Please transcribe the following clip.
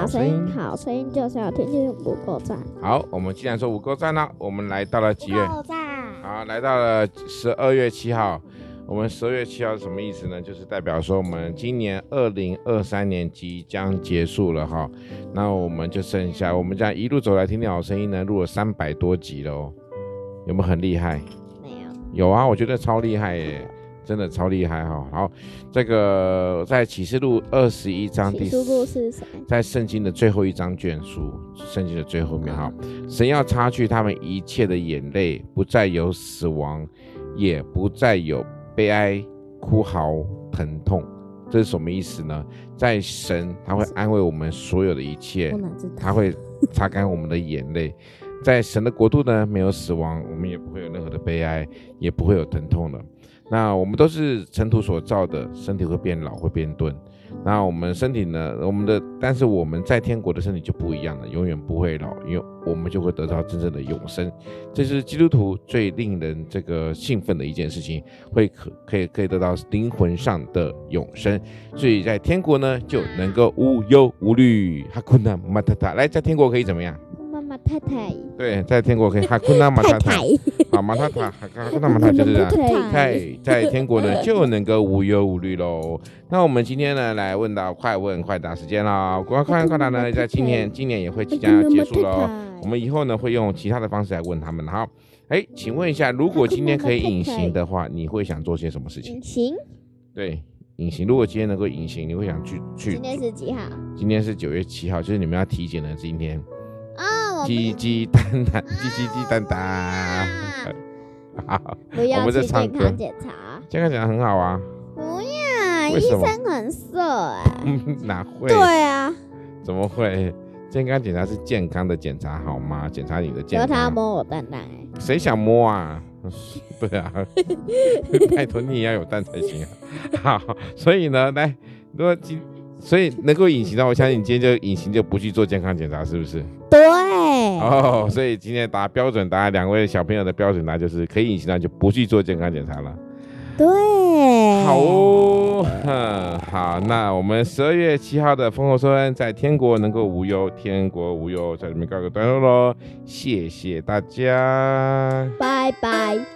好声音，好声音就是要听听五够赞。 好，我们既然说五够赞了，我们来到了几月？ 五够赞。 好，来到了12月7号。我们12月7号是什么意思呢？就是代表说我们今年2023年即将结束了哈。那我们就剩下我们这样一路走来，听听好声音呢，录了300多集了哦，有没有很厉害？ 没有。 有啊，我觉得超厉害耶。真的超厉害哈！好，这个在启示录21章启示录是谁？ 在圣经的最后一章卷书，圣经的最后面哈，神要擦去他们一切的眼泪，不再有死亡，也不再有悲哀、哭嚎、疼痛。这是什么意思呢？在神他会安慰我们所有的一切，他会擦干我们的眼泪。在神的国度呢，没有死亡，我们也不会有任何的悲哀，也不会有疼痛了。那我们都是尘土所造的，身体会变老，会变钝。那我们身体呢？但是我们在天国的身体就不一样了，永远不会老，因为我们就会得到真正的永生。这是基督徒最令人这个兴奋的一件事情，可以得到灵魂上的永生。所以在天国呢，就能够无忧无虑。哈库纳马塔塔，来，在天国可以怎么样？ 马太太， 对，在天国可以哈库纳马塔塔，啊，马塔塔，哈库纳马塔就是这样，在天国呢就能够无忧无虑喽。那我们今天呢来问到快问快答时间了，快问快答呢在今年也会即将要结束喽。我们以后呢会用其他的方式来问他们。好，请问一下，如果今天可以隐形的话，你会想做些什么事情？ 隐形？ 对，隐形。如果今天能够隐形，你会想去？ 今天是几号？ 今天是9月7号，就是你们要体检的今天。鸡鸡蛋蛋，鸡鸡鸡蛋蛋。好， 不要去健康检查。 健康检查很好啊。 不要，医生很色哪会？ 对啊。 怎么会？健康检查是健康的检查好吗？检查你的健康。 他摸我蛋蛋谁想摸啊？对啊，拜托你也要有蛋才行啊。好，所以呢，来，所以能够隐形的，我相信你今天就隐形，就不去做健康检查，是不是？ 对。 所以今天标准答案，2位小朋友的标准答案就是可以隐形的就不去做健康检查了。 对。 好哦，好，那我们12月7号的丰厚收恩在天国能够无忧，天国无忧，在这边告个段落喽，谢谢大家， 拜拜。